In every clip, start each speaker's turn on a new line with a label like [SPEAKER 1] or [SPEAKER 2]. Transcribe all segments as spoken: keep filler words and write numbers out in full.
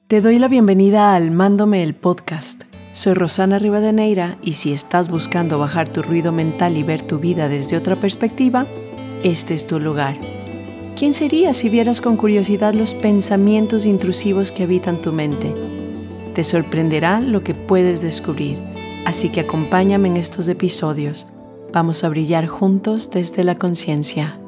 [SPEAKER 1] Te doy la bienvenida al Mándome el Podcast. Soy Rosana Rivadeneira y si estás buscando bajar tu ruido mental y ver tu vida desde otra perspectiva, este es tu lugar. ¿Quién serías si vieras con curiosidad los pensamientos intrusivos que habitan tu mente? Te sorprenderá lo que puedes descubrir, así que acompáñame en estos episodios. Vamos a brillar juntos desde la conciencia.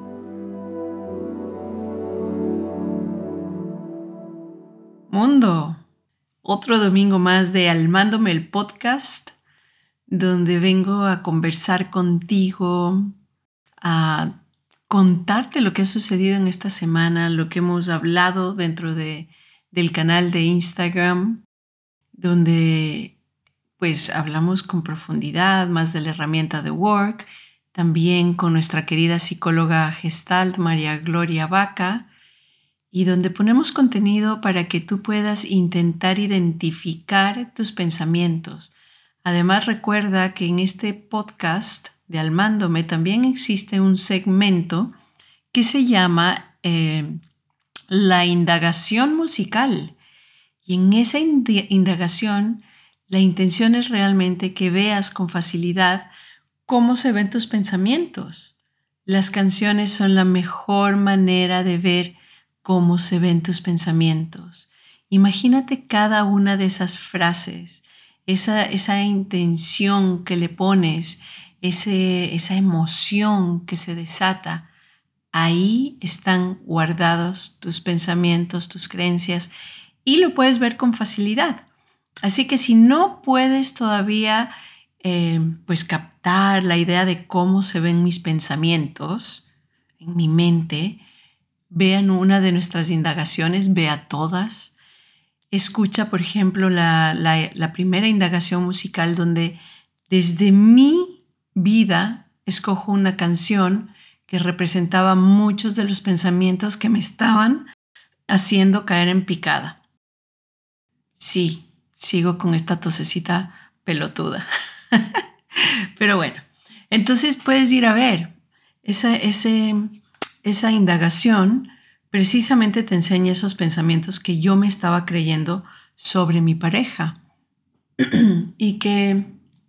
[SPEAKER 1] Mundo, otro domingo más de Al Mándome el Podcast, donde vengo a conversar contigo, a contarte lo que ha sucedido en esta semana, lo que hemos hablado dentro de, del canal de Instagram, donde pues hablamos con profundidad más de la herramienta de Work, también con nuestra querida psicóloga Gestalt, María Gloria Vaca, y donde ponemos contenido para que tú puedas intentar identificar tus pensamientos. Además, recuerda que en este podcast de Al Mándome también existe un segmento que se llama eh, la indagación musical. Y en esa ind- indagación, la intención es realmente que veas con facilidad cómo se ven tus pensamientos. Las canciones son la mejor manera de ver cómo se ven tus pensamientos. Imagínate cada una de esas frases, esa, esa intención que le pones, ese, esa emoción que se desata. Ahí están guardados tus pensamientos, tus creencias y lo puedes ver con facilidad. Así que si no puedes todavía eh, pues captar la idea de cómo se ven mis pensamientos en mi mente, vean una de nuestras indagaciones, vea todas. Escucha, por ejemplo, la, la, la primera indagación musical donde desde mi vida escojo una canción que representaba muchos de los pensamientos que me estaban haciendo caer en picada. Sí, sigo con esta tosecita pelotuda. Pero bueno, entonces puedes ir a ver esa, ese... Esa indagación precisamente te enseña esos pensamientos que yo me estaba creyendo sobre mi pareja y que,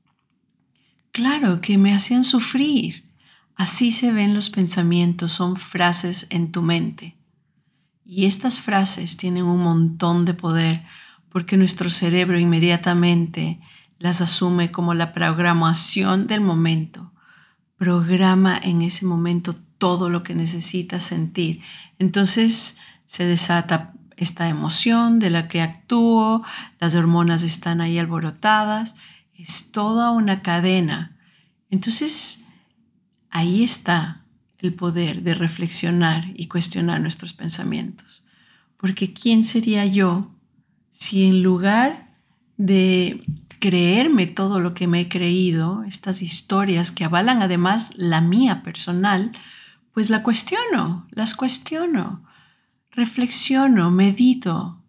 [SPEAKER 1] claro, que me hacían sufrir. Así se ven los pensamientos, son frases en tu mente. Y estas frases tienen un montón de poder porque nuestro cerebro inmediatamente las asume como la programación del momento. Programa en ese momento todo lo que necesitas sentir. Entonces se desata esta emoción de la que actúo, las hormonas están ahí alborotadas, es toda una cadena. Entonces ahí está el poder de reflexionar y cuestionar nuestros pensamientos. Porque ¿quién sería yo si en lugar de creerme todo lo que me he creído, estas historias que avalan además la mía personal, pues la cuestiono, las cuestiono, reflexiono, medito?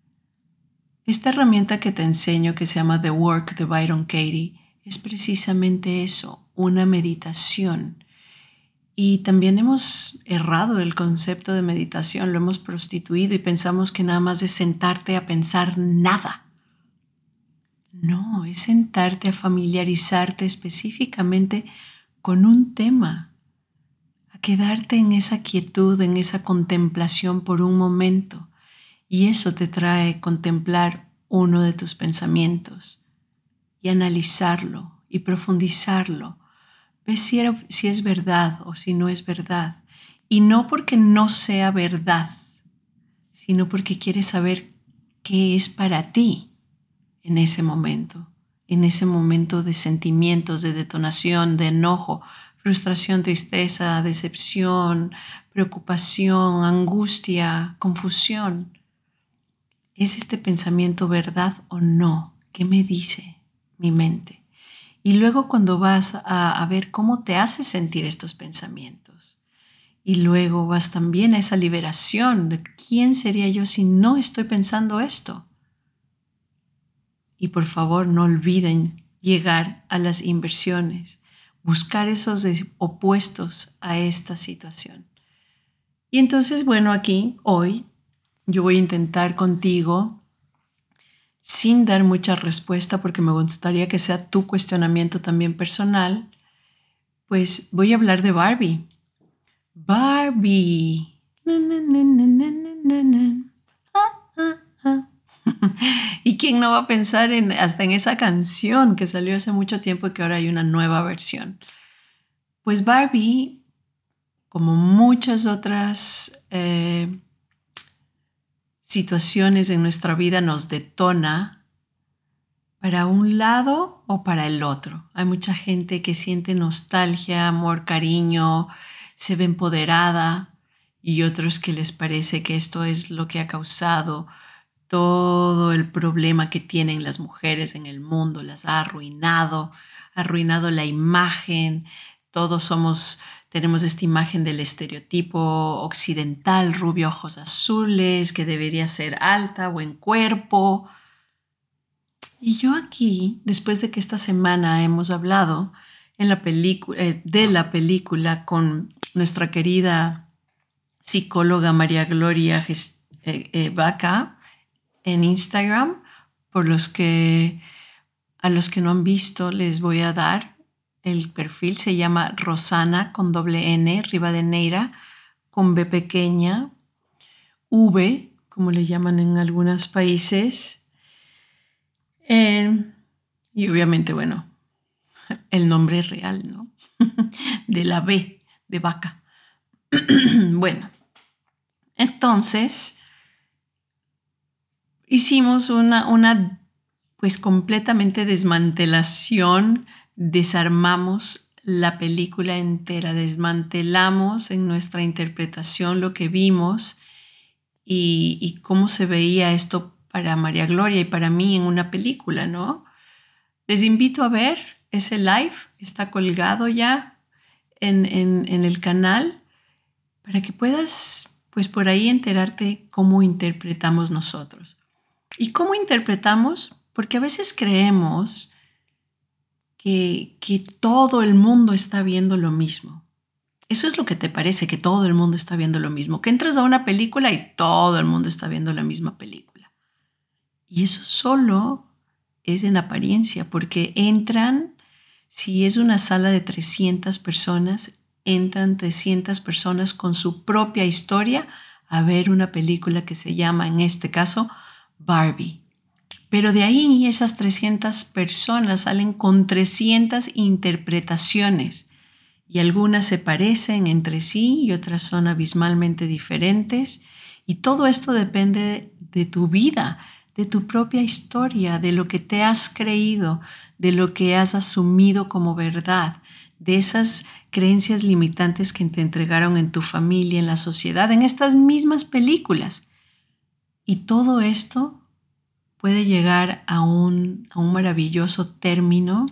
[SPEAKER 1] Esta herramienta que te enseño que se llama The Work de Byron Katie es precisamente eso, una meditación. Y también hemos errado el concepto de meditación, lo hemos prostituido y pensamos que nada más es sentarte a pensar nada. No, es sentarte a familiarizarte específicamente con un tema, a quedarte en esa quietud, en esa contemplación por un momento. Y eso te trae contemplar uno de tus pensamientos y analizarlo y profundizarlo. Ves si, era, si es verdad o si no es verdad. Y no porque no sea verdad, sino porque quieres saber qué es para ti en ese momento, en ese momento de sentimientos, de detonación, de enojo, frustración, tristeza, decepción, preocupación, angustia, confusión. ¿Es este pensamiento verdad o no? ¿Qué me dice mi mente? Y luego cuando vas a, a ver cómo te hace sentir estos pensamientos, y luego vas también a esa liberación de quién sería yo si no estoy pensando esto. Y por favor no olviden llegar a las inversiones, buscar esos opuestos a esta situación. Y entonces, bueno, aquí, hoy, yo voy a intentar contigo sin dar mucha respuesta, porque me gustaría que sea tu cuestionamiento también personal, pues voy a hablar de Barbie. Barbie. Na, na, na, na, na, na, na. Ah, ah, ah. ¿Y quién no va a pensar en, hasta en esa canción que salió hace mucho tiempo y que ahora hay una nueva versión? Pues Barbie, como muchas otras eh, situaciones en nuestra vida, nos detona para un lado o para el otro. Hay mucha gente que siente nostalgia, amor, cariño, se ve empoderada, y otros que les parece que esto es lo que ha causado todo el problema que tienen las mujeres en el mundo, las ha arruinado, ha arruinado la imagen. Todos somos, tenemos esta imagen del estereotipo occidental, rubio, ojos azules, que debería ser alta, buen cuerpo. Y yo aquí, después de que esta semana hemos hablado en la película, eh, de la película con nuestra querida psicóloga María Gloria Gest- eh, eh, Vaca en Instagram, por los que a los que no han visto les voy a dar el perfil. Se llama Rosana con doble N, Rivadeneira, con B pequeña, V, como le llaman en algunos países. Eh, y obviamente, bueno, el nombre real, ¿no? De la B, de vaca. Bueno, entonces hicimos una, una, pues completamente desmantelación, desarmamos la película entera, desmantelamos en nuestra interpretación lo que vimos y, y cómo se veía esto para María Gloria y para mí en una película, ¿no? Les invito a ver ese live, está colgado ya en, en, en el canal para que puedas, pues por ahí enterarte cómo interpretamos nosotros. ¿Y cómo interpretamos? Porque a veces creemos que, que todo el mundo está viendo lo mismo. Eso es lo que te parece, que todo el mundo está viendo lo mismo. Que entras a una película y todo el mundo está viendo la misma película. Y eso solo es en apariencia, porque entran, si es una sala de trescientas personas, entran trescientas personas con su propia historia a ver una película que se llama, en este caso, Barbie. Pero de ahí esas trescientas personas salen con trescientas interpretaciones y algunas se parecen entre sí y otras son abismalmente diferentes. Y todo esto depende de tu vida, de tu propia historia, de lo que te has creído, de lo que has asumido como verdad, de esas creencias limitantes que te entregaron en tu familia, en la sociedad, en estas mismas películas. Y todo esto puede llegar a un, a un maravilloso término.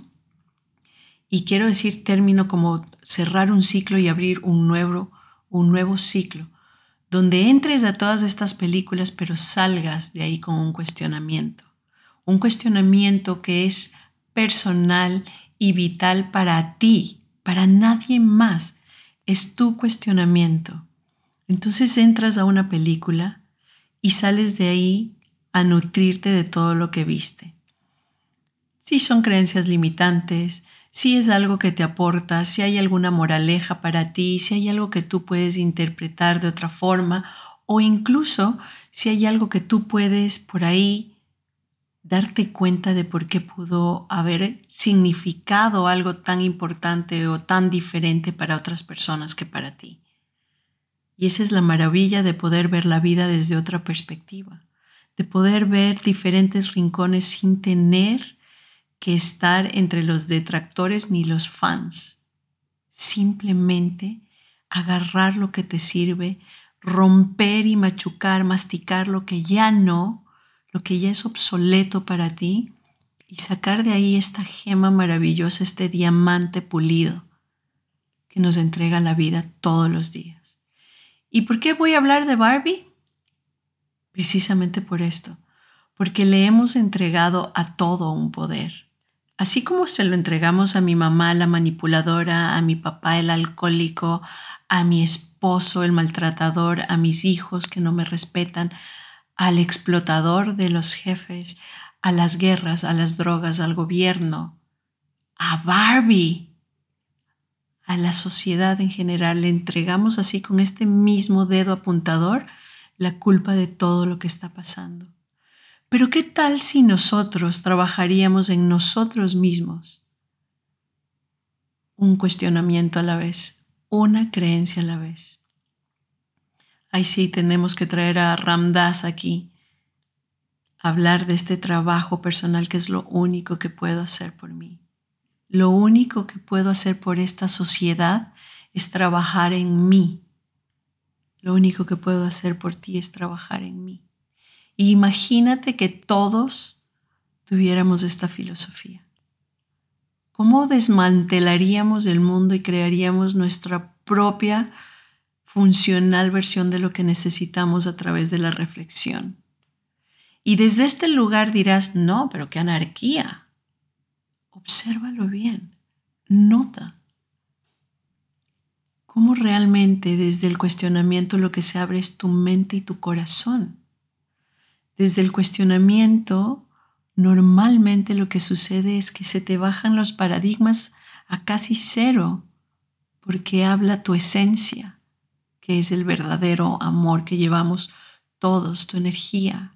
[SPEAKER 1] Y quiero decir término como cerrar un ciclo y abrir un nuevo, un nuevo ciclo, donde entres a todas estas películas, pero salgas de ahí con un cuestionamiento. Un cuestionamiento que es personal y vital para ti, para nadie más. Es tu cuestionamiento. Entonces entras a una película y sales de ahí a nutrirte de todo lo que viste. Si son creencias limitantes, si es algo que te aporta, si hay alguna moraleja para ti, si hay algo que tú puedes interpretar de otra forma, o incluso si hay algo que tú puedes por ahí darte cuenta de por qué pudo haber significado algo tan importante o tan diferente para otras personas que para ti. Y esa es la maravilla de poder ver la vida desde otra perspectiva, de poder ver diferentes rincones sin tener que estar entre los detractores ni los fans. Simplemente agarrar lo que te sirve, romper y machucar, masticar lo que ya no, lo que ya es obsoleto para ti y sacar de ahí esta gema maravillosa, este diamante pulido que nos entrega la vida todos los días. ¿Y por qué voy a hablar de Barbie? Precisamente por esto, porque le hemos entregado a todo un poder. Así como se lo entregamos a mi mamá, la manipuladora, a mi papá, el alcohólico, a mi esposo, el maltratador, a mis hijos que no me respetan, al explotador de los jefes, a las guerras, a las drogas, al gobierno, a Barbie, a la sociedad en general. Le entregamos así con este mismo dedo apuntador la culpa de todo lo que está pasando. Pero ¿qué tal si nosotros trabajaríamos en nosotros mismos? Un cuestionamiento a la vez, una creencia a la vez. Ahí sí tenemos que traer a Ram Dass aquí, hablar de este trabajo personal que es lo único que puedo hacer por mí. Lo único que puedo hacer por esta sociedad es trabajar en mí. Lo único que puedo hacer por ti es trabajar en mí. Y imagínate que todos tuviéramos esta filosofía. ¿Cómo desmantelaríamos el mundo y crearíamos nuestra propia funcional versión de lo que necesitamos a través de la reflexión? Y desde este lugar dirás, no, pero qué anarquía. Obsérvalo bien, nota cómo realmente desde el cuestionamiento lo que se abre es tu mente y tu corazón. Desde el cuestionamiento, normalmente lo que sucede es que se te bajan los paradigmas a casi cero, porque habla tu esencia, que es el verdadero amor que llevamos todos, tu energía,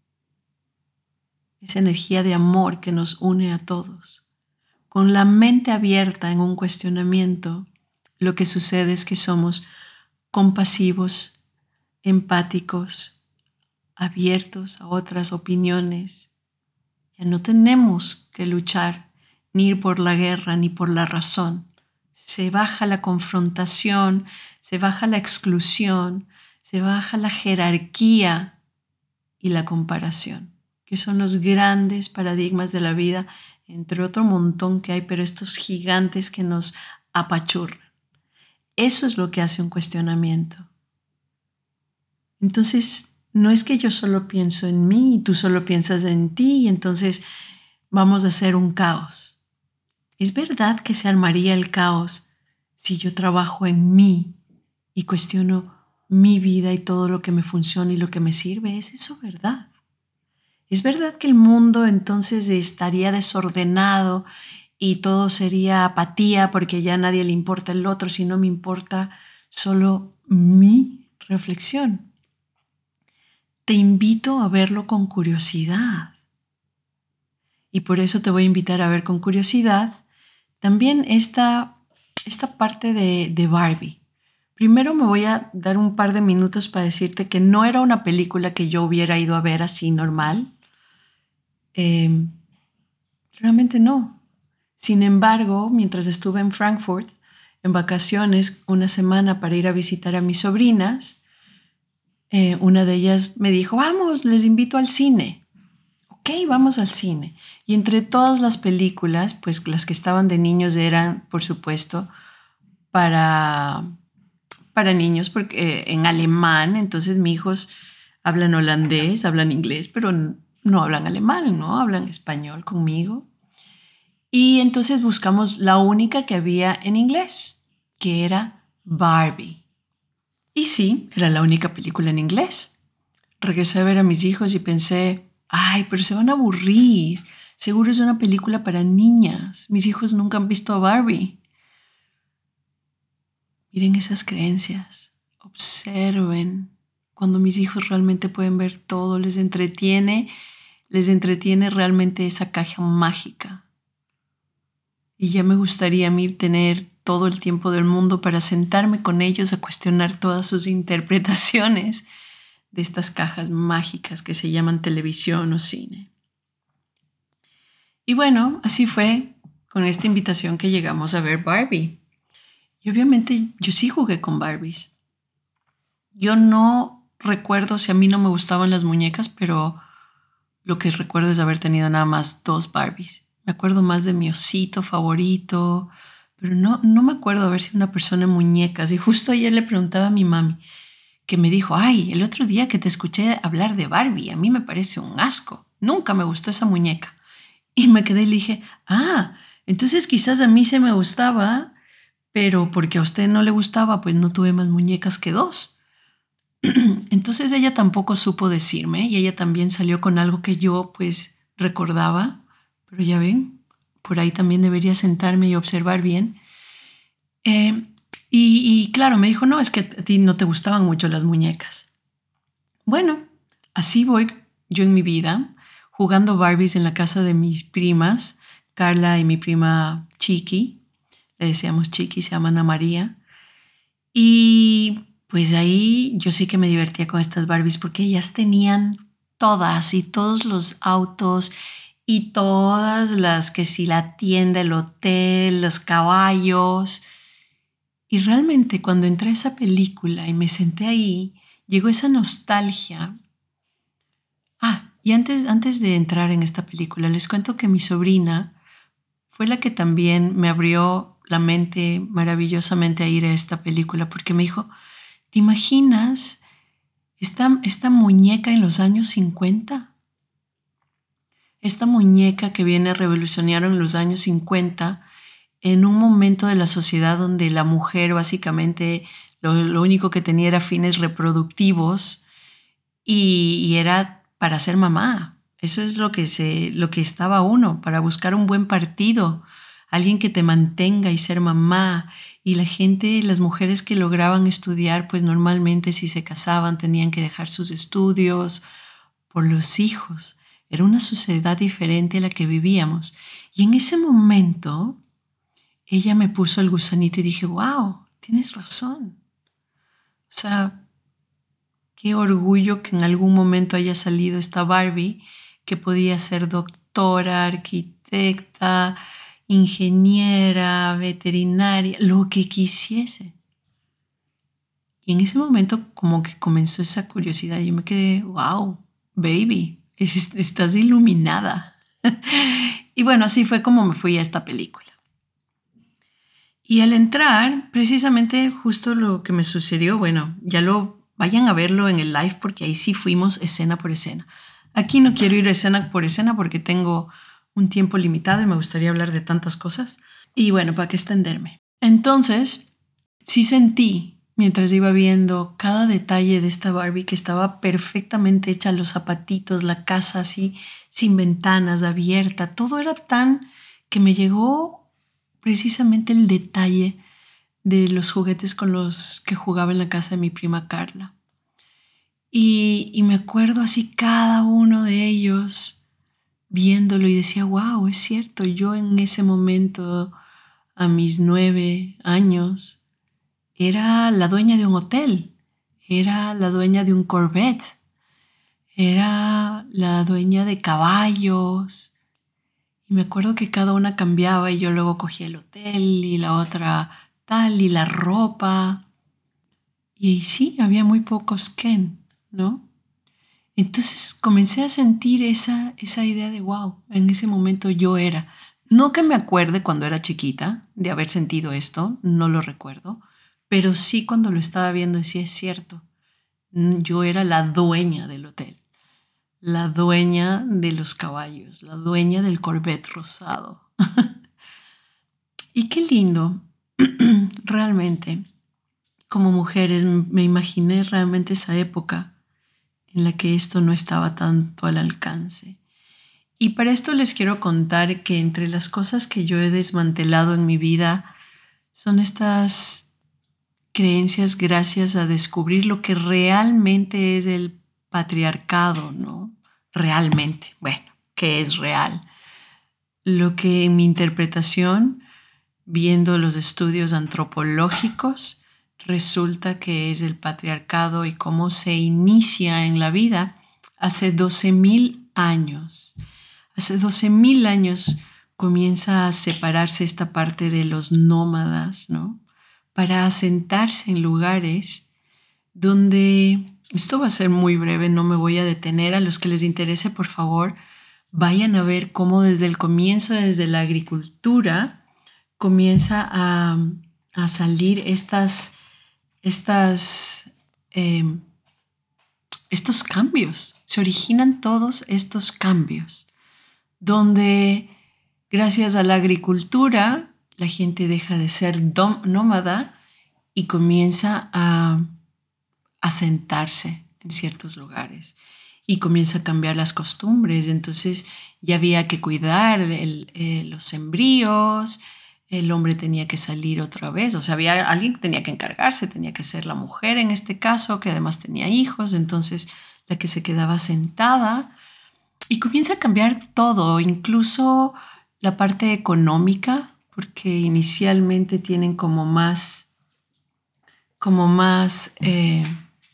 [SPEAKER 1] esa energía de amor que nos une a todos. Con la mente abierta en un cuestionamiento, lo que sucede es que somos compasivos, empáticos, abiertos a otras opiniones. Ya no tenemos que luchar ni ir por la guerra ni por la razón. Se baja la confrontación, se baja la exclusión, se baja la jerarquía y la comparación, que son los grandes paradigmas de la vida, entre otro montón que hay, pero estos gigantes que nos apachurran. Eso es lo que hace un cuestionamiento. Entonces, no es que yo solo pienso en mí y tú solo piensas en ti y entonces vamos a hacer un caos. Es verdad que se armaría el caos si yo trabajo en mí y cuestiono mi vida y todo lo que me funciona y lo que me sirve. ¿Es eso verdad? ¿Es verdad que el mundo entonces estaría desordenado y todo sería apatía porque ya a nadie le importa el otro, sino me importa solo mi reflexión? Te invito a verlo con curiosidad. Y por eso te voy a invitar a ver con curiosidad también esta, esta parte de, de Barbie. Primero me voy a dar un par de minutos para decirte que no era una película que yo hubiera ido a ver así normal. Eh, realmente no. Sin embargo, mientras estuve en Frankfurt, en vacaciones, una semana para ir a visitar a mis sobrinas, eh, una de ellas me dijo, vamos, les invito al cine. Ok, vamos al cine. Y entre todas las películas, pues las que estaban de niños eran, por supuesto, para, para niños, porque eh, en alemán, entonces mis hijos hablan holandés, hablan inglés, pero no hablan alemán, ¿no? Hablan español conmigo. Y entonces buscamos la única que había en inglés, que era Barbie. Y sí, era la única película en inglés. Regresé a ver a mis hijos y pensé, ay, pero se van a aburrir. Seguro es una película para niñas. Mis hijos nunca han visto a Barbie. Miren esas creencias. Observen. Cuando mis hijos realmente pueden ver todo, les entretiene, les entretiene realmente esa caja mágica. Y ya me gustaría a mí tener todo el tiempo del mundo para sentarme con ellos a cuestionar todas sus interpretaciones de estas cajas mágicas que se llaman televisión o cine. Y bueno, así fue con esta invitación que llegamos a ver Barbie. Y obviamente yo sí jugué con Barbies. Yo no recuerdo si a mí no me gustaban las muñecas, pero lo que recuerdo es haber tenido nada más dos Barbies. Me acuerdo más de mi osito favorito, pero no, no me acuerdo haber sido una persona en muñecas. Y justo ayer le preguntaba a mi mami, que me dijo, ay, el otro día que te escuché hablar de Barbie, a mí me parece un asco. Nunca me gustó esa muñeca. Y me quedé y le dije, ah, entonces quizás a mí se me gustaba, pero porque a usted no le gustaba, pues no tuve más muñecas que dos. Entonces ella tampoco supo decirme y ella también salió con algo que yo pues recordaba, pero ya ven, por ahí también debería sentarme y observar bien. Eh, y, y claro, me dijo, no, es que a ti no te gustaban mucho las muñecas. Bueno, así voy yo en mi vida, jugando Barbies en la casa de mis primas, Carla y mi prima Chiqui, le decíamos Chiqui, se llama Ana María. Y pues ahí yo sí que me divertía con estas Barbies porque ellas tenían todas y todos los autos y todas las que si la tienda, el hotel, los caballos. Y realmente cuando entré a esa película y me senté ahí, llegó esa nostalgia. Ah, y antes, antes de entrar en esta película, les cuento que mi sobrina fue la que también me abrió la mente maravillosamente a ir a esta película porque me dijo, ¿te imaginas esta, esta muñeca en los años cincuenta? Esta muñeca que viene a revolucionar en los años cincuenta, en un momento de la sociedad donde la mujer básicamente lo, lo único que tenía era fines reproductivos y, y era para ser mamá. Eso es lo que, se, lo que estaba uno, para buscar un buen partido, alguien que te mantenga y ser mamá. Y la gente, las mujeres que lograban estudiar, pues normalmente si se casaban tenían que dejar sus estudios por los hijos. Era una sociedad diferente a la que vivíamos. Y en ese momento ella me puso el gusanito y dije, wow, tienes razón. O sea, qué orgullo que en algún momento haya salido esta Barbie que podía ser doctora, arquitecta, ingeniera, veterinaria, lo que quisiese. Y en ese momento como que comenzó esa curiosidad. Yo me quedé, wow, baby, estás iluminada. Y bueno, así fue como me fui a esta película. Y al entrar, precisamente justo lo que me sucedió, bueno, ya lo vayan a verlo en el live porque ahí sí fuimos escena por escena. Aquí no quiero ir escena por escena porque tengo un tiempo limitado y me gustaría hablar de tantas cosas. Y bueno, para qué extenderme. Entonces, sí sentí, mientras iba viendo cada detalle de esta Barbie, que estaba perfectamente hecha, los zapatitos, la casa así, sin ventanas, abierta, todo era tan que me llegó precisamente el detalle de los juguetes con los que jugaba en la casa de mi prima Carla. Y, y me acuerdo así cada uno de ellos viéndolo y decía, wow, es cierto, yo en ese momento, a mis nueve años, era la dueña de un hotel, era la dueña de un Corvette, era la dueña de caballos. Y me acuerdo que cada una cambiaba y yo luego cogía el hotel y la otra tal y la ropa. Y sí, había muy pocos Ken, ¿no? Entonces comencé a sentir esa, esa idea de, wow, en ese momento yo era. No que me acuerde cuando era chiquita de haber sentido esto, no lo recuerdo, pero sí cuando lo estaba viendo decía, es cierto, yo era la dueña del hotel, la dueña de los caballos, la dueña del Corvette rosado. Y qué lindo, realmente, como mujeres, me imaginé realmente esa época en la que esto no estaba tanto al alcance. Y para esto les quiero contar que entre las cosas que yo he desmantelado en mi vida son estas creencias gracias a descubrir lo que realmente es el patriarcado, ¿no? Realmente, bueno, ¿qué es real? Lo que en mi interpretación, viendo los estudios antropológicos, resulta que es el patriarcado y cómo se inicia en la vida hace doce mil años. Hace doce mil años comienza a separarse esta parte de los nómadas, ¿no? Para asentarse en lugares donde, esto va a ser muy breve, no me voy a detener, a los que les interese, por favor, vayan a ver cómo desde el comienzo, desde la agricultura, comienza a, a salir estas, estas, eh, estos cambios, se originan todos estos cambios, donde gracias a la agricultura la gente deja de ser dom- nómada y comienza a asentarse en ciertos lugares. y comienza a cambiar las costumbres. Entonces ya había que cuidar el, eh, los embrios, el hombre tenía que salir otra vez, o sea, había alguien que tenía que encargarse, tenía que ser la mujer en este caso, que además tenía hijos, entonces la que se quedaba sentada y comienza a cambiar todo, incluso la parte económica, porque inicialmente tienen como más, como más eh,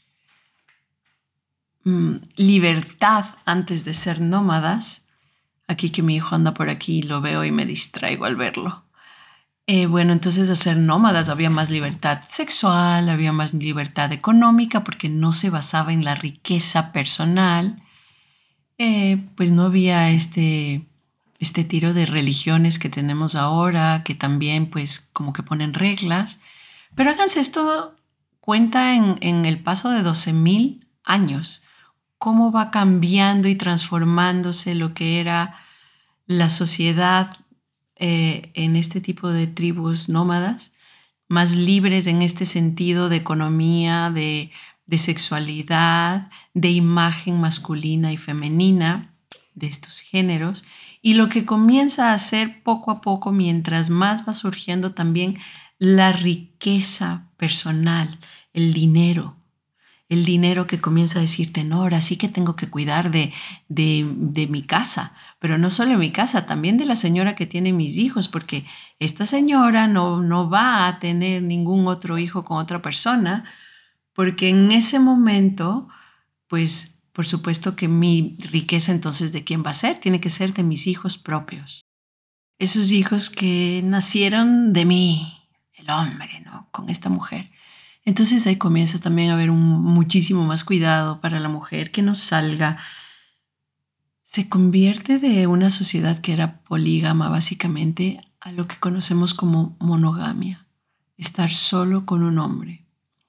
[SPEAKER 1] mm, libertad antes de ser nómadas. Aquí que mi hijo anda por aquí, lo veo y me distraigo al verlo. Eh, bueno, entonces de ser nómadas había más libertad sexual, había más libertad económica porque no se basaba en la riqueza personal. Eh, pues no había este, este tiro de religiones que tenemos ahora, que también pues como que ponen reglas. Pero háganse esto cuenta en, en el paso de doce mil años, cómo va cambiando y transformándose lo que era la sociedad eh, en este tipo de tribus nómadas, más libres en este sentido de economía, de, de sexualidad, de imagen masculina y femenina de estos géneros. Y lo que comienza a hacer poco a poco, mientras más va surgiendo también la riqueza personal, el dinero, el dinero que comienza a decirte, no, ahora sí que tengo que cuidar de, de, de mi casa, pero no solo de mi casa, también de la señora que tiene mis hijos, porque esta señora no, no va a tener ningún otro hijo con otra persona, porque en ese momento, pues por supuesto que mi riqueza entonces de quién va a ser, tiene que ser de mis hijos propios. Esos hijos que nacieron de mí, el hombre, ¿no? Con esta mujer. Entonces ahí comienza también a haber un muchísimo más cuidado para la mujer que no salga. Se convierte de una sociedad que era polígama básicamente a lo que conocemos como monogamia, estar solo con un hombre.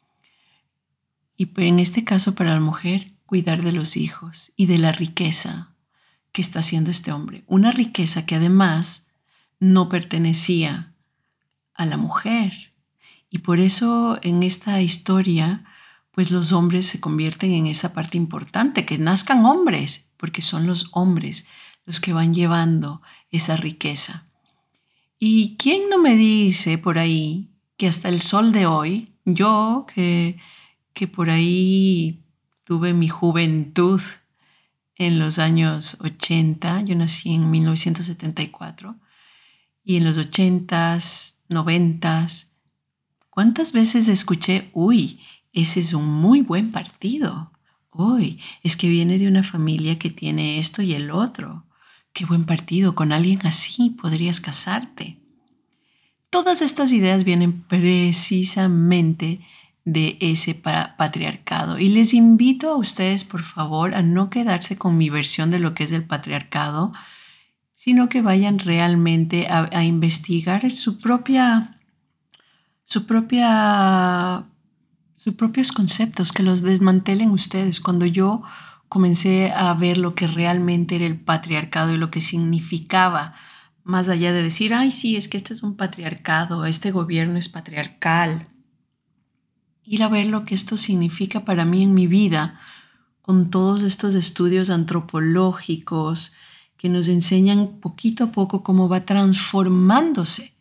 [SPEAKER 1] Y en este caso para la mujer, cuidar de los hijos y de la riqueza que está haciendo este hombre. Una riqueza que además no pertenecía a la mujer. Y por eso en esta historia, pues los hombres se convierten en esa parte importante, que nazcan hombres, porque son los hombres los que van llevando esa riqueza. ¿Y quién no me dice por ahí que hasta el sol de hoy, yo que, que por ahí tuve mi juventud en los años ochenta, yo nací en mil novecientos setenta y cuatro, y en los ochentas, noventas, ¿cuántas veces escuché, uy, ese es un muy buen partido? Uy, es que viene de una familia que tiene esto y el otro. Qué buen partido, con alguien así podrías casarte. Todas estas ideas vienen precisamente de ese patriarcado. Y les invito a ustedes, por favor, a no quedarse con mi versión de lo que es el patriarcado, sino que vayan realmente a, a investigar su propia su propia, sus propios conceptos, que los desmantelen ustedes. Cuando yo comencé a ver lo que realmente era el patriarcado y lo que significaba, más allá de decir, ay, sí, es que este es un patriarcado, este gobierno es patriarcal, ir a ver lo que esto significa para mí en mi vida, con todos estos estudios antropológicos que nos enseñan poquito a poco cómo va transformándose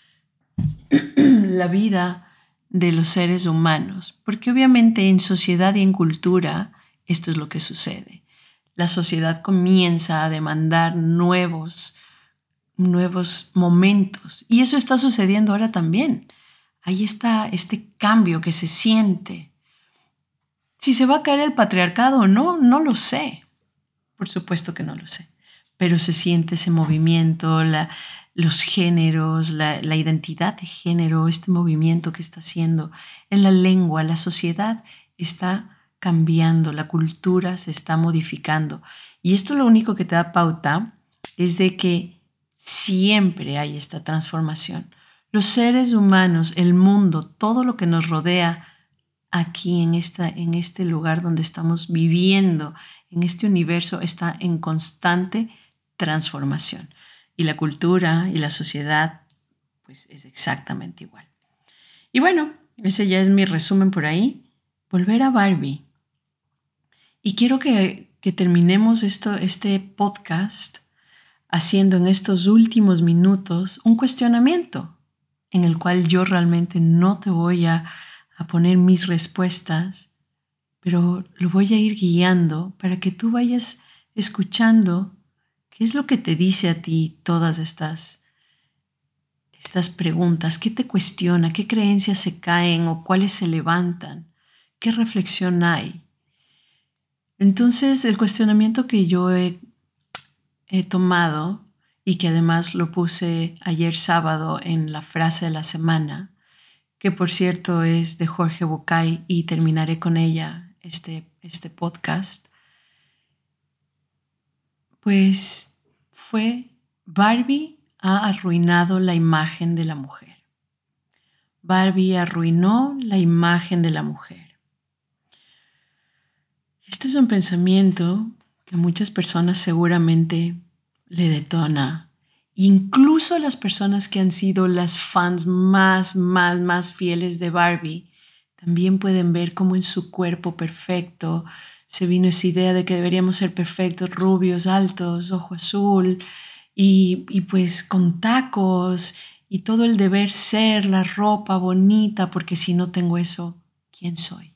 [SPEAKER 1] la vida de los seres humanos, porque obviamente en sociedad y en cultura esto es lo que sucede. La sociedad comienza a demandar nuevos, nuevos momentos y eso está sucediendo ahora también. Ahí está este cambio que se siente. Si se va a caer el patriarcado o no, no lo sé. Por supuesto que no lo sé, pero se siente ese movimiento, la, los géneros, la, la identidad de género, este movimiento que está haciendo en la lengua, la sociedad está cambiando, la cultura se está modificando. Y esto lo único que te da pauta es de que siempre hay esta transformación. Los seres humanos, el mundo, todo lo que nos rodea aquí en, esta, en este lugar donde estamos viviendo, en este universo, está en constante transformación. Y la cultura y la sociedad, pues es exactamente igual. Y bueno, ese ya es mi resumen por ahí. Volver a Barbie. Y quiero que, que terminemos esto, este podcast haciendo en estos últimos minutos un cuestionamiento en el cual yo realmente no te voy a, a poner mis respuestas, pero lo voy a ir guiando para que tú vayas escuchando qué es lo que te dice a ti todas estas, estas preguntas, qué te cuestiona, qué creencias se caen o cuáles se levantan, qué reflexión hay. Entonces, el cuestionamiento que yo he, he tomado y que además lo puse ayer sábado en la frase de la semana, que por cierto es de Jorge Bucay y terminaré con ella este, este podcast, pues fue: Barbie ha arruinado la imagen de la mujer. Barbie arruinó la imagen de la mujer. Esto es un pensamiento que a muchas personas seguramente le detona. Incluso las personas que han sido las fans más, más, más fieles de Barbie también pueden ver cómo en su cuerpo perfecto se vino esa idea de que deberíamos ser perfectos, rubios, altos, ojo azul y, y pues con tacos y todo el deber ser, la ropa bonita, porque si no tengo eso, ¿quién soy?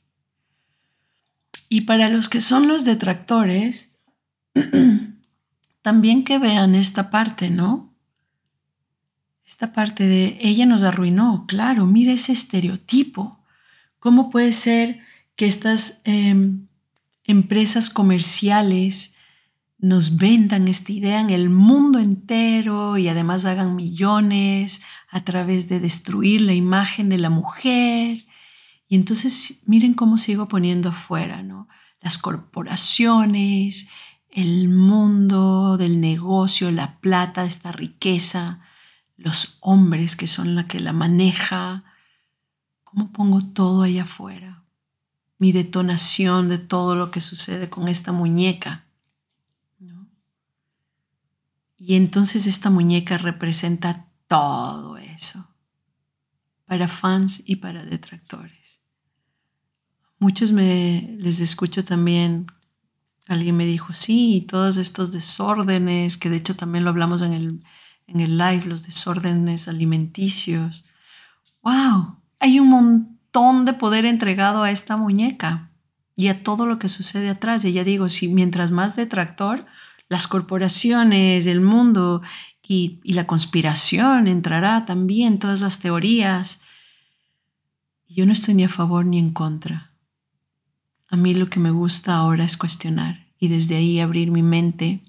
[SPEAKER 1] Y para los que son los detractores, también que vean esta parte, ¿no? Esta parte de ella nos arruinó, claro, mira ese estereotipo. ¿Cómo puede ser que estas eh, empresas comerciales nos vendan esta idea en el mundo entero y además hagan millones a través de destruir la imagen de la mujer? Y entonces miren cómo sigo poniendo afuera, ¿no? Las corporaciones, el mundo del negocio, la plata, esta riqueza, los hombres que son la que la maneja. ¿Cómo pongo todo ahí afuera? Mi detonación de todo lo que sucede con esta muñeca, ¿no? Y entonces esta muñeca representa todo eso para fans y para detractores. Muchos me les escucho también. Alguien me dijo, sí, todos estos desórdenes, que de hecho también lo hablamos en el, en el live, los desórdenes alimenticios. ¡Wow! Hay un montón de poder entregado a esta muñeca y a todo lo que sucede atrás. Y ya digo, si mientras más detractor, las corporaciones, el mundo y, y la conspiración entrará también, todas las teorías. Y yo no estoy ni a favor ni en contra. A mí lo que me gusta ahora es cuestionar y desde ahí abrir mi mente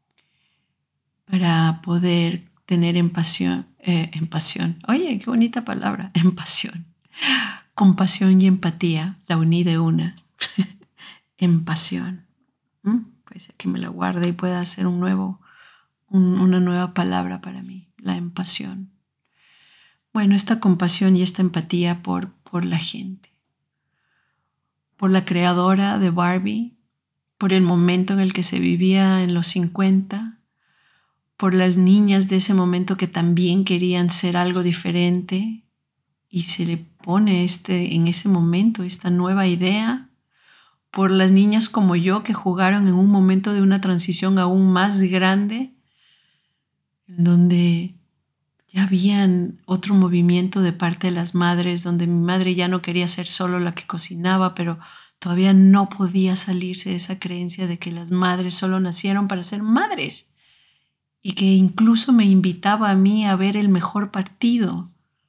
[SPEAKER 1] para poder tener empasión, eh, empasión. Oye, qué bonita palabra, empasión. Compasión y empatía, la uní de una. Empasión. ¿Mm? Pues que me la guarde y pueda hacer un nuevo, un, una nueva palabra para mí, la empasión. Bueno, esta compasión y esta empatía por, por la gente. Por la creadora de Barbie, por el momento en el que se vivía en los cincuenta, por las niñas de ese momento que también querían ser algo diferente y se le pone este, en ese momento esta nueva idea, por las niñas como yo que jugaron en un momento de una transición aún más grande, en donde ya habían otro movimiento de parte de las madres, donde mi madre ya no quería ser solo la que cocinaba, pero todavía no podía salirse de esa creencia de que las madres solo nacieron para ser madres y que incluso me invitaba a mí a ver el mejor partido.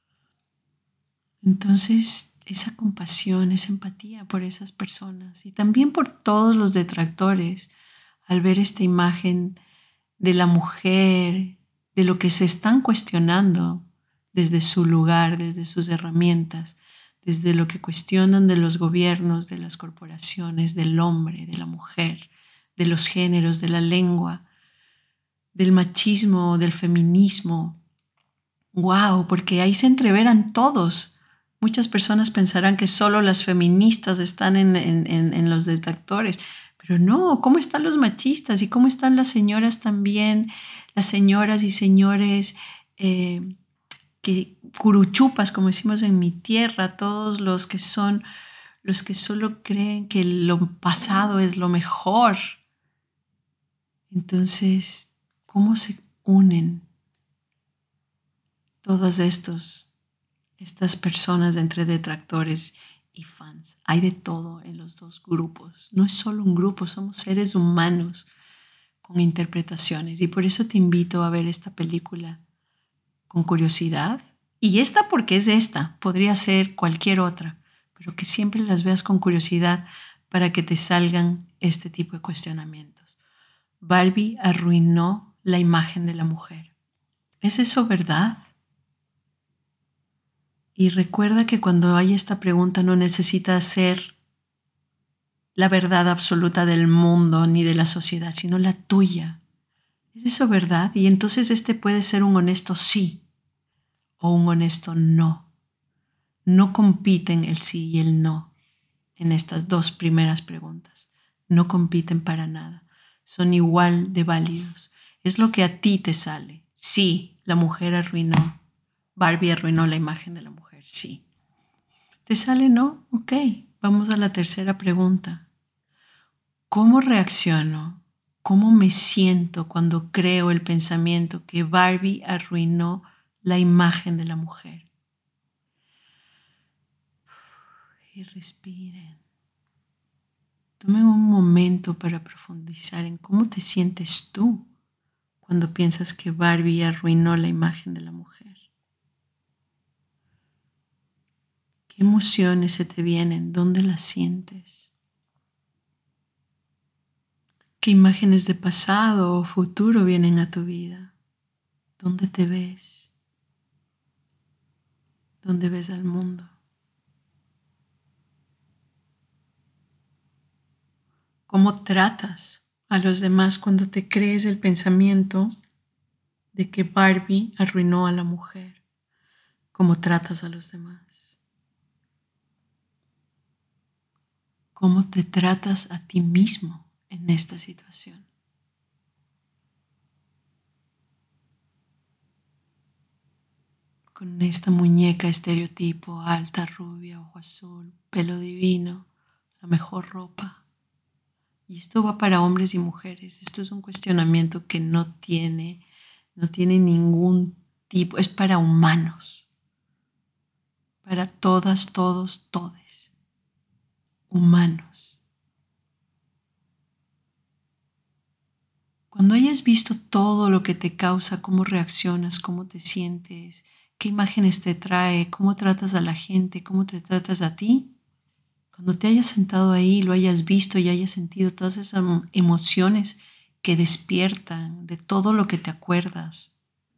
[SPEAKER 1] Entonces, esa compasión, esa empatía por esas personas y también por todos los detractores al ver esta imagen de la mujer, de lo que se están cuestionando desde su lugar, desde sus herramientas, desde lo que cuestionan de los gobiernos, de las corporaciones, del hombre, de la mujer, de los géneros, de la lengua, del machismo, del feminismo. ¡Wow! Porque ahí se entreveran todos. Muchas personas pensarán que solo las feministas están en, en, en, en los detractores, pero no, ¿cómo están los machistas y cómo están las señoras también? Las señoras y señores eh, que curuchupas, como decimos en mi tierra, todos los que son, los que solo creen que lo pasado es lo mejor, Entonces, ¿cómo se unen todas estos, estas personas entre detractores y fans? Hay de todo en los dos grupos. No es solo un grupo, somos seres humanos con interpretaciones. Y por eso te invito a ver esta película con curiosidad. Y esta porque es esta, podría ser cualquier otra, pero que siempre las veas con curiosidad para que te salgan este tipo de cuestionamientos. Barbie arruinó la imagen de la mujer. ¿Es eso verdad? Y recuerda que cuando hay esta pregunta no necesita ser la verdad absoluta del mundo ni de la sociedad, sino la tuya. ¿Es eso verdad? Y entonces este puede ser un honesto sí o un honesto no. No compiten el sí y el no en estas dos primeras preguntas. No compiten para nada. Son igual de válidos. Es lo que a ti te sale. Sí, la mujer arruinó. Barbie arruinó la imagen de la mujer. Sí. ¿Te sale no? Ok. Vamos a la tercera pregunta. ¿Cómo reacciono? ¿Cómo me siento cuando creo el pensamiento que Barbie arruinó la imagen de la mujer? Y respiren. Tomen un momento para profundizar en cómo te sientes tú cuando piensas que Barbie arruinó la imagen de la mujer. ¿Qué emociones se te vienen? ¿Dónde las sientes? ¿Qué imágenes de pasado o futuro vienen a tu vida? ¿Dónde te ves? ¿Dónde ves al mundo? ¿Cómo tratas a los demás cuando te crees el pensamiento de que Barbie arruinó a la mujer? ¿Cómo tratas a los demás? ¿Cómo te tratas a ti mismo en esta situación? Con esta muñeca estereotipo, alta, rubia, ojo azul, pelo divino, la mejor ropa. Y esto va para hombres y mujeres. Esto es un cuestionamiento que no tiene, no tiene ningún tipo, es para humanos, para todas, todos, todes, humanos. Cuando hayas visto todo lo que te causa, cómo reaccionas, cómo te sientes, qué imágenes te trae, cómo tratas a la gente, cómo te tratas a ti, cuando te hayas sentado ahí, lo hayas visto y hayas sentido todas esas emociones que despiertan de todo lo que te acuerdas,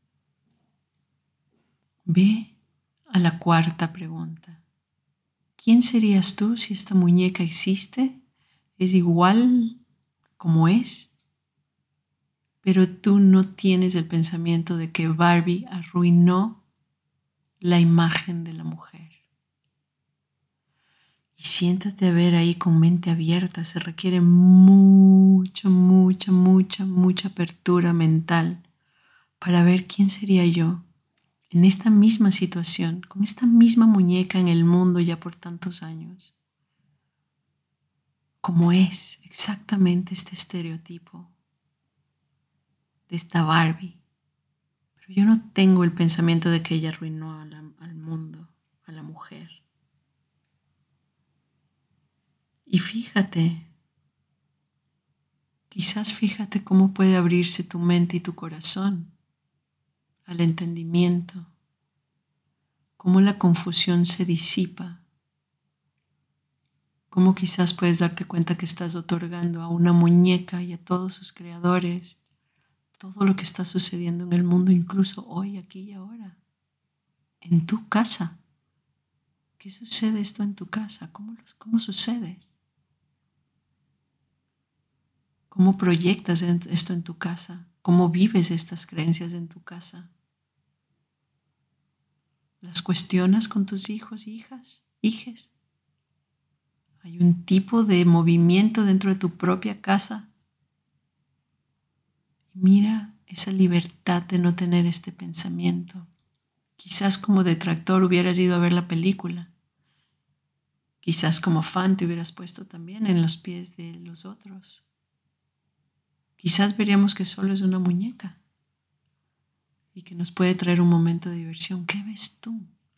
[SPEAKER 1] ve a la cuarta pregunta. ¿Quién serías tú si esta muñeca existe? ¿Es igual como es? Pero tú no tienes el pensamiento de que Barbie arruinó la imagen de la mujer. Y siéntate a ver ahí con mente abierta. Se requiere mucha, mucha, mucha, mucha apertura mental para ver quién sería yo en esta misma situación, con esta misma muñeca en el mundo ya por tantos años. Como es exactamente este estereotipo de esta Barbie. Pero yo no tengo el pensamiento de que ella arruinó a la, al mundo, a la mujer. Y fíjate, quizás fíjate cómo puede abrirse tu mente y tu corazón al entendimiento, cómo la confusión se disipa, cómo quizás puedes darte cuenta que estás otorgando a una muñeca y a todos sus creadores todo lo que está sucediendo en el mundo, incluso hoy, aquí y ahora, en tu casa. ¿Qué sucede esto en tu casa? ¿Cómo, cómo sucede? ¿Cómo proyectas esto en tu casa? ¿Cómo vives estas creencias en tu casa? ¿Las cuestionas con tus hijos, hijas, hijes? ¿Hay un tipo de movimiento dentro de tu propia casa? Mira esa libertad de no tener este pensamiento. Quizás como detractor hubieras ido a ver la película. Quizás como fan te hubieras puesto también en los pies de los otros. quizás veríamos que solo es una muñeca y que nos puede traer un momento de diversión. ¿Qué ves tú?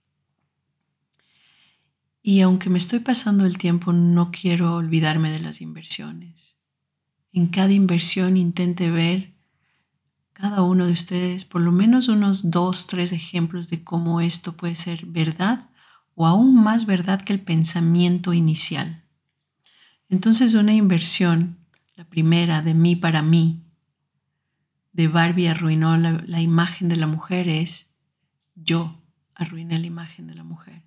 [SPEAKER 1] Y aunque me estoy pasando el tiempo, no quiero olvidarme de las inversiones. En cada inversión intente ver cada uno de ustedes por lo menos unos dos, tres ejemplos de cómo esto puede ser verdad o aún más verdad que el pensamiento inicial. Entonces, una inversión, la primera de mí para mí, de Barbie arruinó la, la imagen de la mujer, es yo arruiné la imagen de la mujer.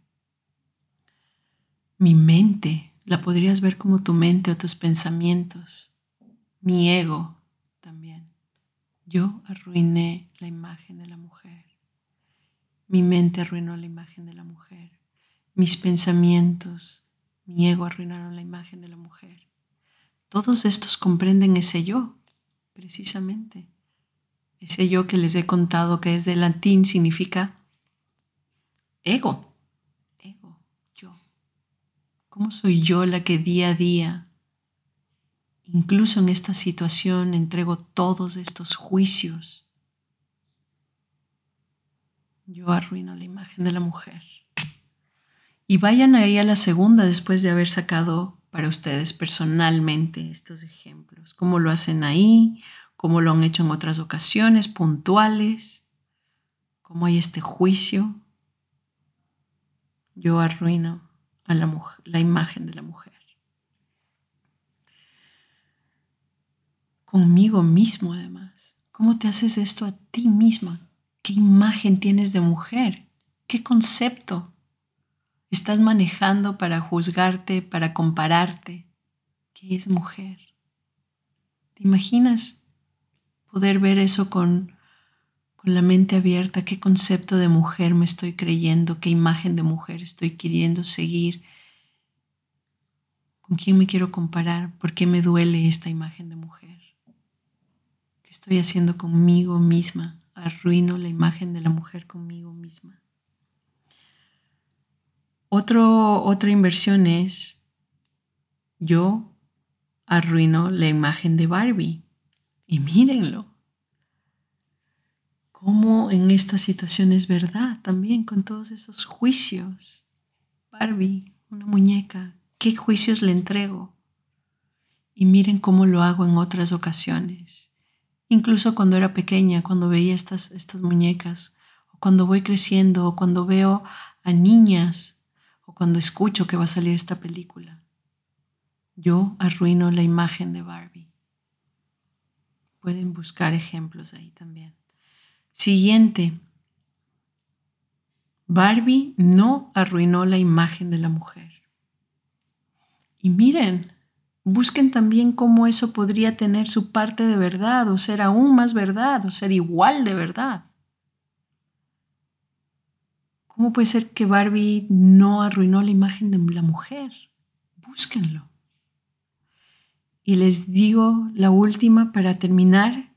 [SPEAKER 1] Mi mente, la podrías ver como tu mente o tus pensamientos. Mi ego también. Yo arruiné la imagen de la mujer. Mi mente arruinó la imagen de la mujer. Mis pensamientos, mi ego arruinaron la imagen de la mujer. Todos estos comprenden ese yo, precisamente. Ese yo que les he contado que desde el latín significa ego. Ego, yo. ¿Cómo soy yo la que día a día, incluso en esta situación, entrego todos estos juicios? Yo arruino la imagen de la mujer. Y vayan ahí a la segunda después de haber sacado para ustedes personalmente estos ejemplos. Cómo lo hacen ahí, cómo lo han hecho en otras ocasiones puntuales, cómo hay este juicio. Yo arruino a la mujer, la imagen de la mujer. Conmigo mismo, además. ¿Cómo te haces esto a ti misma? ¿Qué imagen tienes de mujer? ¿Qué concepto estás manejando para juzgarte, para compararte? ¿Qué es mujer? ¿Te imaginas poder ver eso con, con la mente abierta? ¿Qué concepto de mujer me estoy creyendo? ¿Qué imagen de mujer estoy queriendo seguir? ¿Con quién me quiero comparar? ¿Por qué me duele esta imagen de mujer? ¿Qué estoy haciendo conmigo misma? Arruino la imagen de la mujer conmigo misma. Otro, otra inversión es yo arruino la imagen de Barbie. Y mírenlo. Cómo en esta situación es verdad también con todos esos juicios. Barbie, una muñeca, ¿qué juicios le entrego? Y miren cómo lo hago en otras ocasiones. Incluso cuando era pequeña, cuando veía estas, estas muñecas, o cuando voy creciendo, o cuando veo a niñas, o cuando escucho que va a salir esta película. Yo arruino la imagen de Barbie. Pueden buscar ejemplos ahí también. Siguiente. Barbie no arruinó la imagen de la mujer. Y miren, busquen también cómo eso podría tener su parte de verdad, o ser aún más verdad, o ser igual de verdad. ¿Cómo puede ser que Barbie no arruinó la imagen de la mujer? Búsquenlo. Y les digo la última para terminar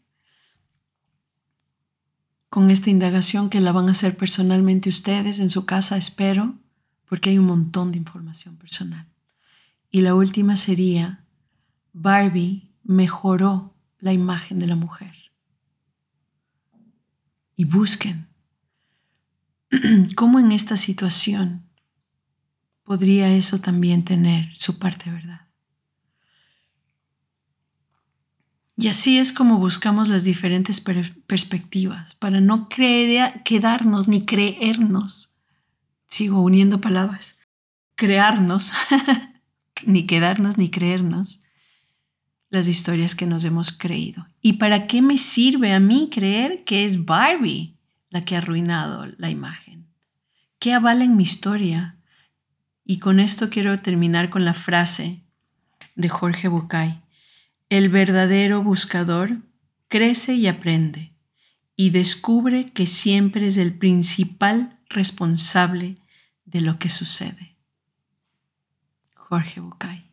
[SPEAKER 1] con esta indagación que la van a hacer personalmente ustedes en su casa, espero, porque hay un montón de información personal. Y la última sería, Barbie mejoró la imagen de la mujer. Y busquen cómo en esta situación podría eso también tener su parte de verdad. Y así es como buscamos las diferentes per- perspectivas para no creer, quedarnos ni creernos. Sigo uniendo palabras. Crearnos, ni quedarnos ni creernos las historias que nos hemos creído. ¿Y para qué me sirve a mí creer que es Barbie la que ha arruinado la imagen? ¿Qué avala en mi historia? Y con esto quiero terminar con la frase de Jorge Bucay. El verdadero buscador crece y aprende y descubre que siempre es el principal responsable de lo que sucede. Jorge Bucay.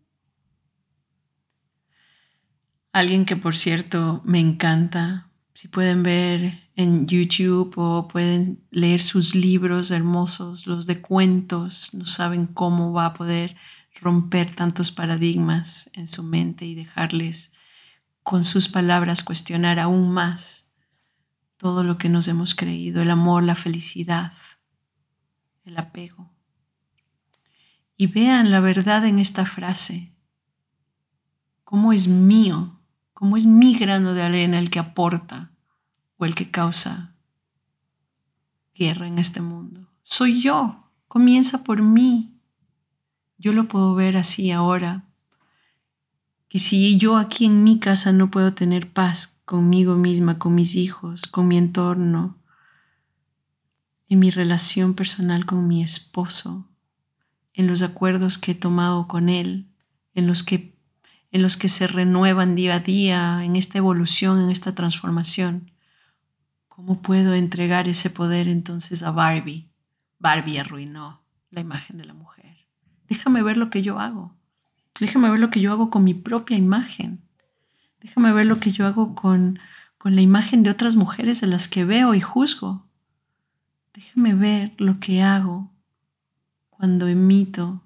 [SPEAKER 1] Alguien que, por cierto, me encanta. Si pueden ver en YouTube o pueden leer sus libros hermosos, los de cuentos, no saben cómo va a poder romper tantos paradigmas en su mente y dejarles con sus palabras cuestionar aún más todo lo que nos hemos creído, el amor, la felicidad, el apego. Y vean la verdad en esta frase, cómo es mío, cómo es mi grano de arena el que aporta o el que causa guerra en este mundo. Soy yo, comienza por mí. Yo lo puedo ver así ahora, que si yo aquí en mi casa no puedo tener paz conmigo misma, con mis hijos, con mi entorno, en mi relación personal con mi esposo, en los acuerdos que he tomado con él, en los que, en los que se renuevan día a día, en esta evolución, en esta transformación, ¿cómo puedo entregar ese poder entonces a Barbie? Barbie arruinó la imagen de la mujer. Déjame ver lo que yo hago. Déjame ver lo que yo hago con mi propia imagen. Déjame ver lo que yo hago con, con la imagen de otras mujeres a las que veo y juzgo. Déjame ver lo que hago cuando emito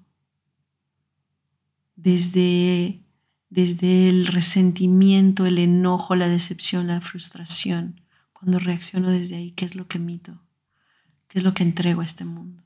[SPEAKER 1] desde, desde el resentimiento, el enojo, la decepción, la frustración. Cuando reacciono desde ahí, ¿qué es lo que emito? ¿Qué es lo que entrego a este mundo?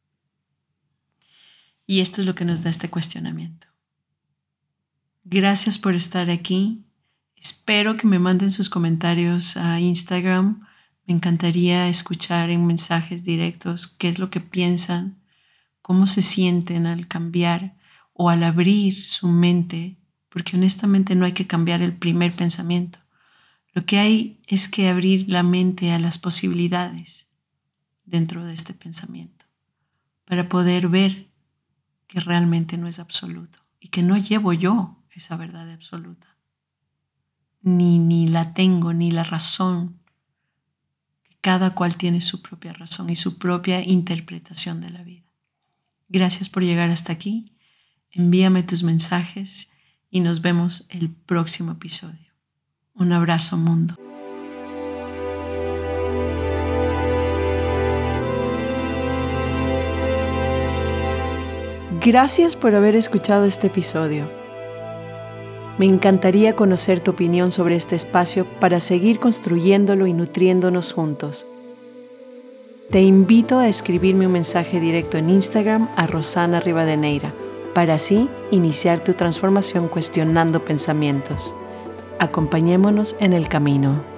[SPEAKER 1] Y esto es lo que nos da este cuestionamiento. Gracias por estar aquí. Espero que me manden sus comentarios a Instagram. Me encantaría escuchar en mensajes directos qué es lo que piensan, cómo se sienten al cambiar o al abrir su mente, porque honestamente no hay que cambiar el primer pensamiento. Lo que hay es que abrir la mente a las posibilidades dentro de este pensamiento para poder ver que realmente no es absoluto y que no llevo yo esa verdad absoluta. Ni, ni la tengo, ni la razón. Cada cual tiene su propia razón y su propia interpretación de la vida. Gracias por llegar hasta aquí. Envíame tus mensajes y nos vemos el próximo episodio. Un abrazo, mundo. Gracias por haber escuchado este episodio. Me encantaría conocer tu opinión sobre este espacio para seguir construyéndolo y nutriéndonos juntos. Te invito a escribirme un mensaje directo en Instagram a Rosana Rivadeneira para así iniciar tu transformación cuestionando pensamientos. Acompañémonos en el camino.